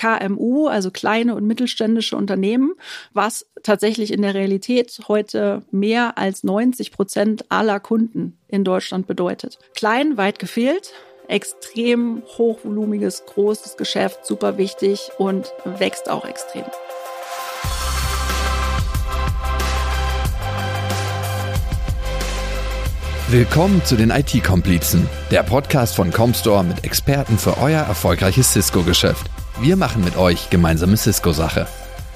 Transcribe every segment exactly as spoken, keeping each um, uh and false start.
K M U, also kleine und mittelständische Unternehmen, was tatsächlich in der Realität heute mehr als neunzig Prozent aller Kunden in Deutschland bedeutet. Klein, weit gefehlt, extrem hochvolumiges, großes Geschäft, super wichtig und wächst auch extrem. Willkommen zu den I T-Komplizen, der Podcast von Comstore mit Experten für euer erfolgreiches Cisco-Geschäft. Wir machen mit euch gemeinsame Cisco-Sache.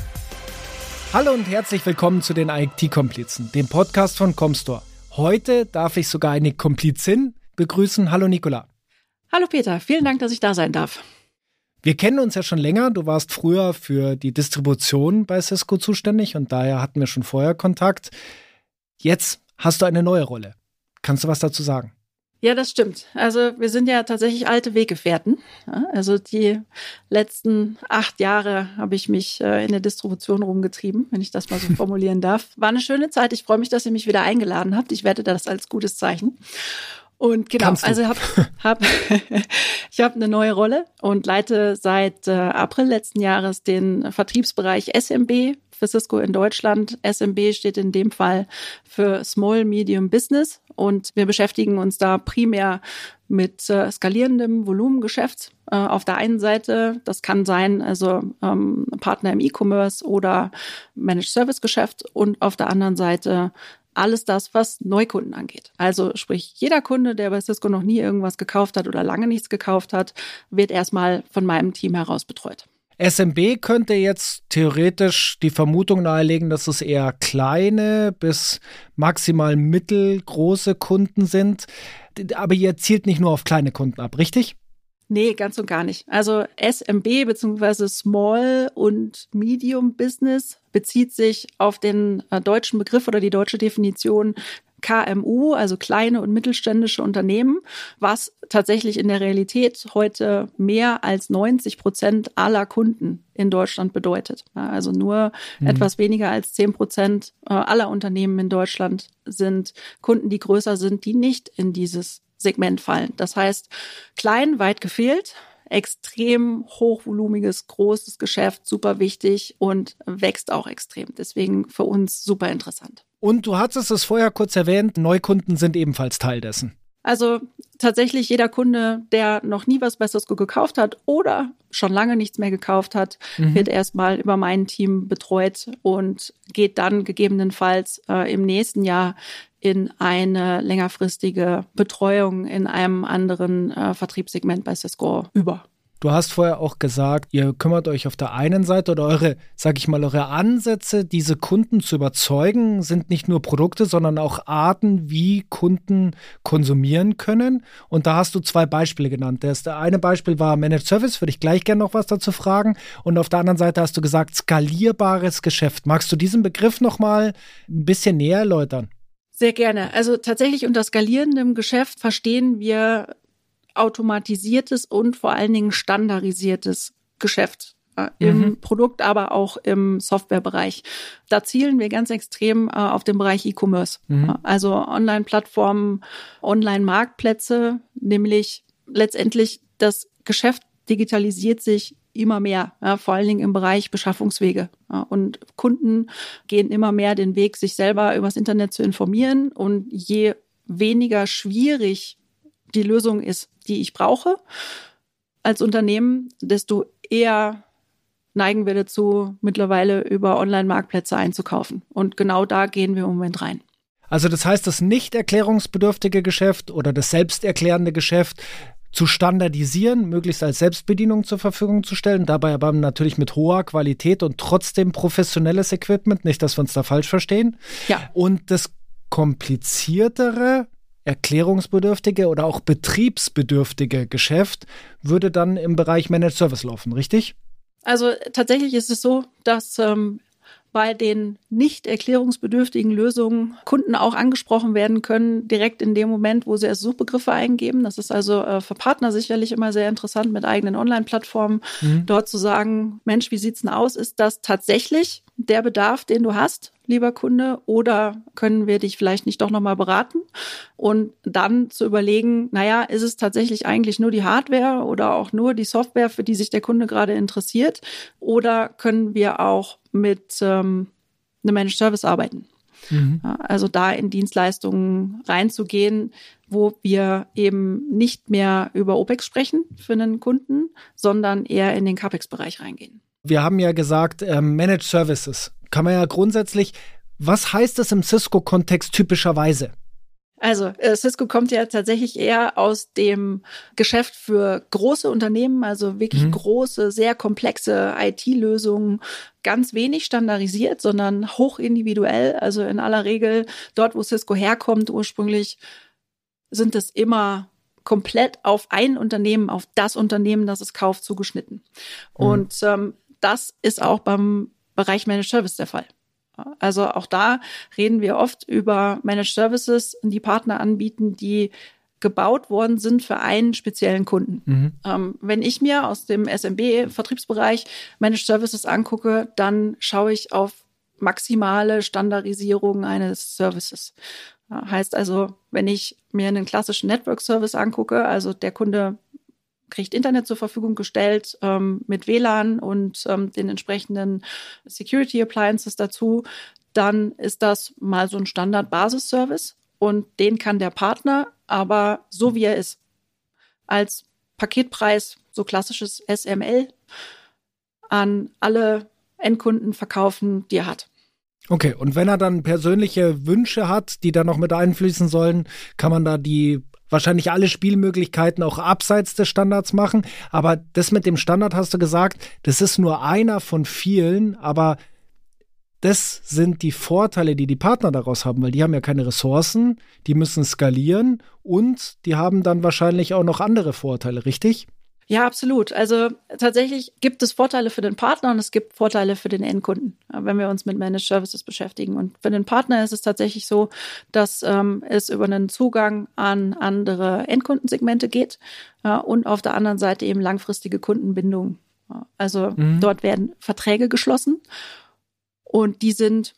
Hallo und herzlich willkommen zu den I T-Komplizen, dem Podcast von Comstore. Heute darf ich sogar eine Komplizin begrüßen. Hallo Nicola. Hallo Peter, vielen Dank, dass ich da sein darf. Wir kennen uns ja schon länger. Du warst früher für die Distribution bei Cisco zuständig und daher hatten wir schon vorher Kontakt. Jetzt hast du eine neue Rolle. Kannst du was dazu sagen? Ja, das stimmt. Also wir sind ja tatsächlich alte Weggefährten. Ja, also die letzten acht Jahre habe ich mich äh, in der Distribution rumgetrieben, wenn ich das mal so formulieren darf. War eine schöne Zeit. Ich freue mich, dass ihr mich wieder eingeladen habt. Ich werte das als gutes Zeichen. Und genau, also hab, hab, ich habe eine neue Rolle und leite seit äh, April letzten Jahres den Vertriebsbereich S M B für Cisco in Deutschland. S M B steht in dem Fall für Small Medium Business und wir beschäftigen uns da primär mit äh, skalierendem Volumengeschäft. Äh, auf der einen Seite, das kann sein, also ähm, Partner im E-Commerce oder Managed Service Geschäft und auf der anderen Seite alles das, was Neukunden angeht. Also sprich, jeder Kunde, der bei Cisco noch nie irgendwas gekauft hat oder lange nichts gekauft hat, wird erstmal von meinem Team heraus betreut. S M B könnte jetzt theoretisch die Vermutung nahelegen, dass es eher kleine bis maximal mittelgroße Kunden sind. Aber ihr zielt nicht nur auf kleine Kunden ab, richtig? Nee, ganz und gar nicht. Also S M B bzw. Small und Medium Business bezieht sich auf den äh, deutschen Begriff oder die deutsche Definition K M U, also kleine und mittelständische Unternehmen, was tatsächlich in der Realität heute mehr als neunzig Prozent aller Kunden in Deutschland bedeutet. Ja, also nur mhm. etwas weniger als zehn Prozent äh, aller Unternehmen in Deutschland sind Kunden, die größer sind, die nicht in dieses Segment fallen. Das heißt, klein, weit gefehlt, extrem hochvolumiges, großes Geschäft, super wichtig und wächst auch extrem. Deswegen für uns super interessant. Und du hattest es vorher kurz erwähnt, Neukunden sind ebenfalls Teil dessen. Also tatsächlich jeder Kunde, der noch nie was bei Cisco gekauft hat oder schon lange nichts mehr gekauft hat, mhm. wird erstmal über mein Team betreut und geht dann gegebenenfalls äh, im nächsten Jahr in eine längerfristige Betreuung in einem anderen äh, Vertriebssegment bei Cisco über. Du hast vorher auch gesagt, ihr kümmert euch auf der einen Seite oder eure, sag ich mal, eure Ansätze, diese Kunden zu überzeugen, sind nicht nur Produkte, sondern auch Arten, wie Kunden konsumieren können. Und da hast du zwei Beispiele genannt. Das eine Beispiel war Managed Service, würde ich gleich gerne noch was dazu fragen. Und auf der anderen Seite hast du gesagt, skalierbares Geschäft. Magst du diesen Begriff noch mal ein bisschen näher erläutern? Sehr gerne. Also tatsächlich unter skalierendem Geschäft verstehen wir automatisiertes und vor allen Dingen standardisiertes Geschäft äh, im mhm. Produkt, aber auch im Softwarebereich. Da zielen wir ganz extrem äh, auf den Bereich E-Commerce. Mhm. Also Online-Plattformen, Online-Marktplätze, nämlich letztendlich das Geschäft digitalisiert sich immer mehr, ja, vor allen Dingen im Bereich Beschaffungswege. Ja, und Kunden gehen immer mehr den Weg, sich selber übers Internet zu informieren. Und je weniger schwierig die Lösung ist, die ich brauche als Unternehmen, desto eher neigen wir dazu, mittlerweile über Online-Marktplätze einzukaufen. Und genau da gehen wir im Moment rein. Also das heißt, das nicht erklärungsbedürftige Geschäft oder das selbsterklärende Geschäft zu standardisieren, möglichst als Selbstbedienung zur Verfügung zu stellen, dabei aber natürlich mit hoher Qualität und trotzdem professionelles Equipment, nicht, dass wir uns da falsch verstehen. Ja. Und das kompliziertere, erklärungsbedürftige oder auch betriebsbedürftige Geschäft würde dann im Bereich Managed Service laufen, richtig? Also tatsächlich ist es so, dass ähm, bei den nicht erklärungsbedürftigen Lösungen Kunden auch angesprochen werden können, direkt in dem Moment, wo sie erst Suchbegriffe eingeben. Das ist also äh, für Partner sicherlich immer sehr interessant mit eigenen Online-Plattformen, mhm. dort zu sagen, Mensch, wie sieht's denn aus? Ist das tatsächlich der Bedarf, den du hast, lieber Kunde, oder können wir dich vielleicht nicht doch nochmal beraten? Und dann zu überlegen, naja, ist es tatsächlich eigentlich nur die Hardware oder auch nur die Software, für die sich der Kunde gerade interessiert? Oder können wir auch mit ähm, einem Managed Service arbeiten? Mhm. Also da in Dienstleistungen reinzugehen, wo wir eben nicht mehr über OPEX sprechen für einen Kunden, sondern eher in den CAPEX-Bereich reingehen. Wir haben ja gesagt, äh, Managed Services. Kann man ja grundsätzlich, was heißt das im Cisco-Kontext typischerweise? Also äh, Cisco kommt ja tatsächlich eher aus dem Geschäft für große Unternehmen, also wirklich mhm. große, sehr komplexe I T-Lösungen, ganz wenig standardisiert, sondern hoch individuell. Also in aller Regel dort, wo Cisco herkommt, ursprünglich sind es immer komplett auf ein Unternehmen, auf das Unternehmen, das es kauft, zugeschnitten. Mhm. Und ähm, das ist auch beim Bereich Managed Service der Fall. Also auch da reden wir oft über Managed Services, die Partner anbieten, die gebaut worden sind für einen speziellen Kunden. Mhm. Ähm, wenn ich mir aus dem S M B-Vertriebsbereich Managed Services angucke, dann schaue ich auf maximale Standardisierung eines Services. Ja, heißt also, wenn ich mir einen klassischen Network-Service angucke, also der Kunde kriegt Internet zur Verfügung gestellt ähm, mit W L A N und ähm, den entsprechenden Security Appliances dazu, dann ist das mal so ein Standard-Basis-Service und den kann der Partner aber so wie er ist, als Paketpreis, so klassisches S M L, an alle Endkunden verkaufen, die er hat. Okay, und wenn er dann persönliche Wünsche hat, die da noch mit einfließen sollen, kann man da die wahrscheinlich alle Spielmöglichkeiten auch abseits des Standards machen. Aber das mit dem Standard hast du gesagt, das ist nur einer von vielen, aber das sind die Vorteile, die die Partner daraus haben, weil die haben ja keine Ressourcen, die müssen skalieren und die haben dann wahrscheinlich auch noch andere Vorteile, richtig? Ja, absolut. Also tatsächlich gibt es Vorteile für den Partner und es gibt Vorteile für den Endkunden, wenn wir uns mit Managed Services beschäftigen. Und für den Partner ist es tatsächlich so, dass ähm, es über einen Zugang an andere Endkundensegmente geht äh, und auf der anderen Seite eben langfristige Kundenbindungen. Also mhm. dort werden Verträge geschlossen und die sind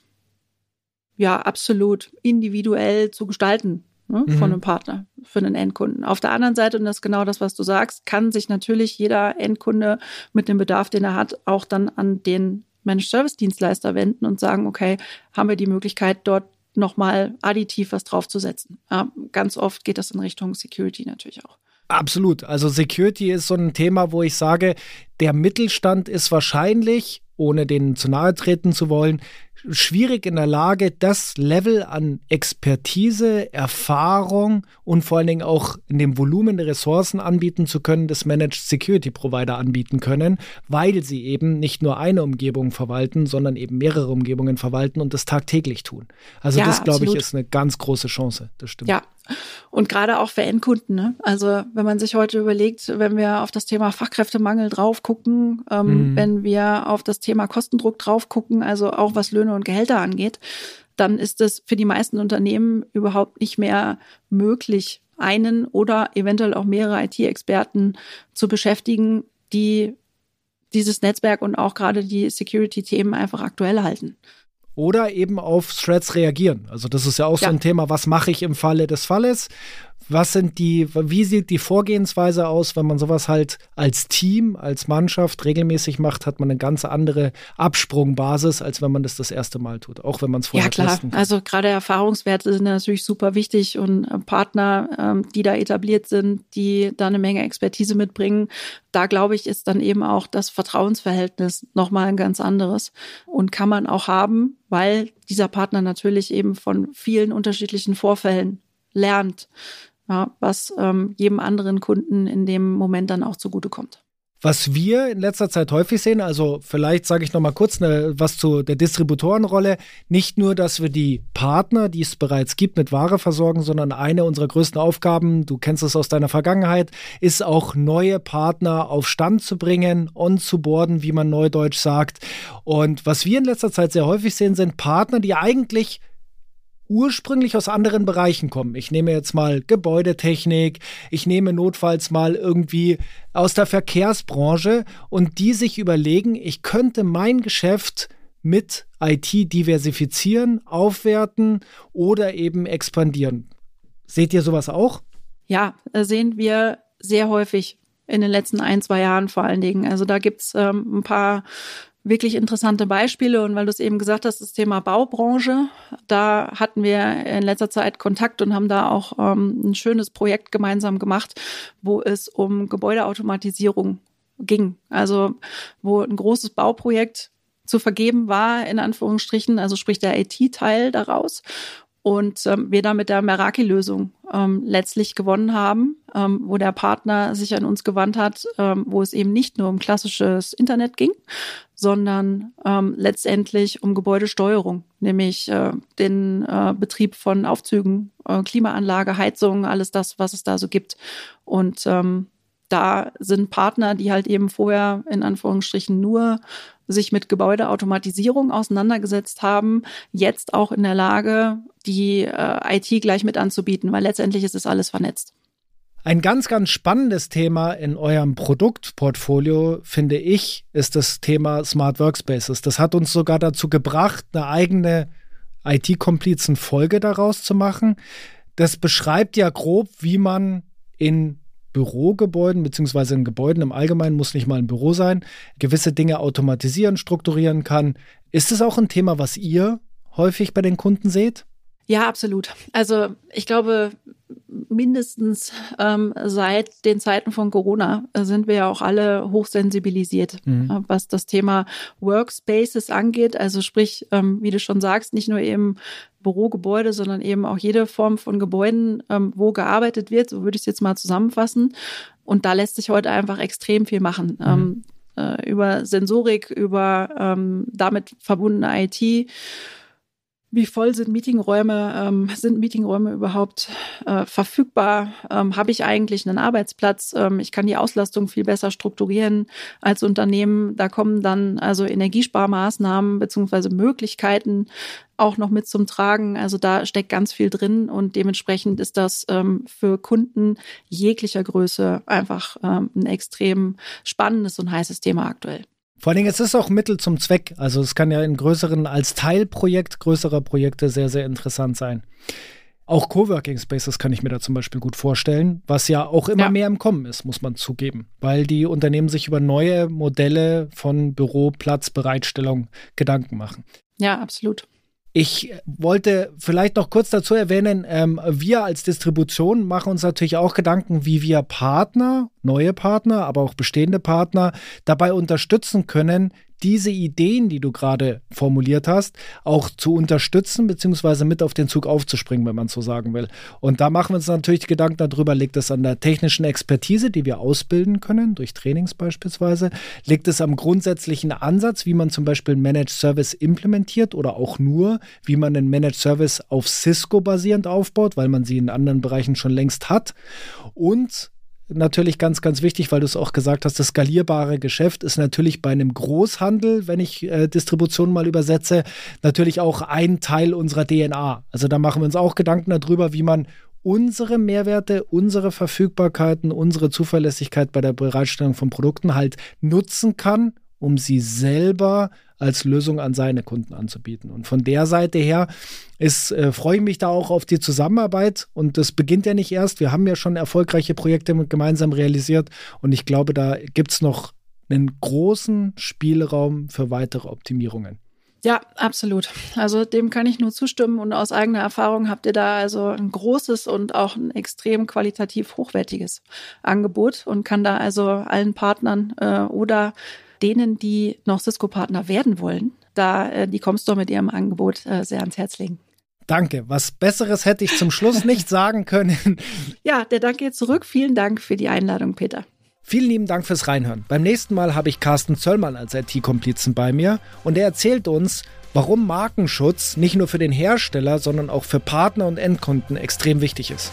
ja absolut individuell zu gestalten. Ne, mhm. von einem Partner für einen Endkunden. Auf der anderen Seite, und das ist genau das, was du sagst, kann sich natürlich jeder Endkunde mit dem Bedarf, den er hat, auch dann an den Managed-Service-Dienstleister wenden und sagen, okay, haben wir die Möglichkeit, dort nochmal additiv was draufzusetzen. Ja, ganz oft geht das in Richtung Security natürlich auch. Absolut. Also Security ist so ein Thema, wo ich sage, der Mittelstand ist wahrscheinlich, ohne denen zu nahe treten zu wollen, schwierig in der Lage, das Level an Expertise, Erfahrung und vor allen Dingen auch in dem Volumen der Ressourcen anbieten zu können, das Managed Security Provider anbieten können, weil sie eben nicht nur eine Umgebung verwalten, sondern eben mehrere Umgebungen verwalten und das tagtäglich tun. Also ja, das, glaube ich, ist eine ganz große Chance. Das stimmt. Ja, und gerade auch für Endkunden. Ne? Also wenn man sich heute überlegt, wenn wir auf das Thema Fachkräftemangel drauf gucken, ähm, mhm. wenn wir auf das Thema Kostendruck drauf gucken, also auch was Löhne und Gehälter angeht, dann ist es für die meisten Unternehmen überhaupt nicht mehr möglich, einen oder eventuell auch mehrere I T-Experten zu beschäftigen, die dieses Netzwerk und auch gerade die Security-Themen einfach aktuell halten. Oder eben auf Threats reagieren. Also das ist ja auch ja. so ein Thema, was mache ich im Falle des Falles? Was sind die, wie sieht die Vorgehensweise aus, wenn man sowas halt als Team, als Mannschaft regelmäßig macht, hat man eine ganz andere Absprungbasis, als wenn man das das erste Mal tut, auch wenn man es vorher ja, klar. testen kann. Also gerade Erfahrungswerte sind natürlich super wichtig und Partner, ähm, die da etabliert sind, die da eine Menge Expertise mitbringen, da glaube ich, ist dann eben auch das Vertrauensverhältnis nochmal ein ganz anderes und kann man auch haben, weil dieser Partner natürlich eben von vielen unterschiedlichen Vorfällen lernt. Ja, was ähm, jedem anderen Kunden in dem Moment dann auch zugutekommt. Was wir in letzter Zeit häufig sehen, also vielleicht sage ich noch mal kurz ne, was zu der Distributorenrolle, nicht nur, dass wir die Partner, die es bereits gibt, mit Ware versorgen, sondern eine unserer größten Aufgaben, du kennst es aus deiner Vergangenheit, ist auch neue Partner auf Stand zu bringen, on zu boarden, wie man neudeutsch sagt. Und was wir in letzter Zeit sehr häufig sehen, sind Partner, die eigentlich ursprünglich aus anderen Bereichen kommen. Ich nehme jetzt mal Gebäudetechnik, ich nehme notfalls mal irgendwie aus der Verkehrsbranche und die sich überlegen, ich könnte mein Geschäft mit I T diversifizieren, aufwerten oder eben expandieren. Seht ihr sowas auch? Ja, sehen wir sehr häufig in den letzten ein, zwei Jahren vor allen Dingen. Also da gibt's ähm, ein paar wirklich interessante Beispiele. Und weil du es eben gesagt hast, das Thema Baubranche, da hatten wir in letzter Zeit Kontakt und haben da auch ähm, ein schönes Projekt gemeinsam gemacht, wo es um Gebäudeautomatisierung ging. Also wo ein großes Bauprojekt zu vergeben war, in Anführungsstrichen, also sprich der I T-Teil daraus. Und ähm, wir da mit der Meraki-Lösung ähm, letztlich gewonnen haben, ähm, wo der Partner sich an uns gewandt hat, ähm, wo es eben nicht nur um klassisches Internet ging, sondern ähm, letztendlich um Gebäudesteuerung, nämlich äh, den äh, Betrieb von Aufzügen, äh, Klimaanlage, Heizung, alles das, was es da so gibt. Und ähm, da sind Partner, die halt eben vorher in Anführungsstrichen nur sich mit Gebäudeautomatisierung auseinandergesetzt haben, jetzt auch in der Lage, die äh, I T gleich mit anzubieten, weil letztendlich ist es alles vernetzt. Ein ganz, ganz spannendes Thema in eurem Produktportfolio, finde ich, ist das Thema Smart Workspaces. Das hat uns sogar dazu gebracht, eine eigene I T-Komplizen-Folge daraus zu machen. Das beschreibt ja grob, wie man in Bürogebäuden beziehungsweise in Gebäuden im Allgemeinen, muss nicht mal ein Büro sein, gewisse Dinge automatisieren, strukturieren kann. Ist es auch ein Thema, was ihr häufig bei den Kunden seht? Ja, absolut. Also ich glaube, mindestens ähm, seit den Zeiten von Corona sind wir ja auch alle hochsensibilisiert, mhm. äh, was das Thema Workspaces angeht. Also sprich, ähm, wie du schon sagst, nicht nur eben Bürogebäude, sondern eben auch jede Form von Gebäuden, ähm, wo gearbeitet wird. So würde ich es jetzt mal zusammenfassen. Und da lässt sich heute einfach extrem viel machen. Mhm. Ähm, äh, über Sensorik, über ähm, damit verbundene I T. Wie voll sind Meetingräume? Ähm, sind Meetingräume überhaupt äh, verfügbar? Ähm, habe ich eigentlich einen Arbeitsplatz? Ähm, ich kann die Auslastung viel besser strukturieren als Unternehmen. Da kommen dann also Energiesparmaßnahmen beziehungsweise Möglichkeiten auch noch mit zum Tragen. Also da steckt ganz viel drin und dementsprechend ist das ähm, für Kunden jeglicher Größe einfach ähm, ein extrem spannendes und heißes Thema aktuell. Vor allen Dingen, es ist auch Mittel zum Zweck. Also es kann ja in größeren, als Teilprojekt größerer Projekte sehr, sehr interessant sein. Auch Coworking Spaces kann ich mir da zum Beispiel gut vorstellen, was ja auch immer ja. mehr im Kommen ist, muss man zugeben. Weil die Unternehmen sich über neue Modelle von Büroplatzbereitstellung Gedanken machen. Ja, absolut. Ich wollte vielleicht noch kurz dazu erwähnen, ähm, wir als Distribution machen uns natürlich auch Gedanken, wie wir Partner, neue Partner, aber auch bestehende Partner dabei unterstützen können, diese Ideen, die du gerade formuliert hast, auch zu unterstützen, beziehungsweise mit auf den Zug aufzuspringen, wenn man so sagen will. Und da machen wir uns natürlich Gedanken darüber, liegt es an der technischen Expertise, die wir ausbilden können, durch Trainings beispielsweise, liegt es am grundsätzlichen Ansatz, wie man zum Beispiel Managed Service implementiert oder auch nur, wie man einen Managed Service auf Cisco basierend aufbaut, weil man sie in anderen Bereichen schon längst hat. Und natürlich ganz, ganz wichtig, weil du es auch gesagt hast, das skalierbare Geschäft ist natürlich bei einem Großhandel, wenn ich äh, Distribution mal übersetze, natürlich auch ein Teil unserer D N A. Also da machen wir uns auch Gedanken darüber, wie man unsere Mehrwerte, unsere Verfügbarkeiten, unsere Zuverlässigkeit bei der Bereitstellung von Produkten halt nutzen kann, um sie selber als Lösung an seine Kunden anzubieten. Und von der Seite her ist, äh, freue ich mich da auch auf die Zusammenarbeit. Und das beginnt ja nicht erst. Wir haben ja schon erfolgreiche Projekte gemeinsam realisiert. Und ich glaube, da gibt es noch einen großen Spielraum für weitere Optimierungen. Ja, absolut. Also dem kann ich nur zustimmen. Und aus eigener Erfahrung habt ihr da also ein großes und auch ein extrem qualitativ hochwertiges Angebot und kann da also allen Partnern äh, oder denen, die noch Cisco-Partner werden wollen, da äh, die Comstor mit ihrem Angebot äh, sehr ans Herz legen. Danke. Was Besseres hätte ich zum Schluss nicht sagen können. Ja, der Dank geht zurück. Vielen Dank für die Einladung, Peter. Vielen lieben Dank fürs Reinhören. Beim nächsten Mal habe ich Carsten Zöllmann als I T-Komplizen bei mir und er erzählt uns, warum Markenschutz nicht nur für den Hersteller, sondern auch für Partner und Endkunden extrem wichtig ist.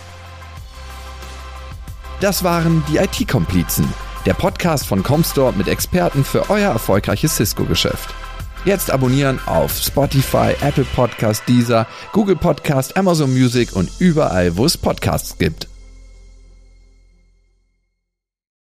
Das waren die I T-Komplizen. Der Podcast von Comstor mit Experten für euer erfolgreiches Cisco-Geschäft. Jetzt abonnieren auf Spotify, Apple Podcast, Deezer, Google Podcast, Amazon Music und überall, wo es Podcasts gibt.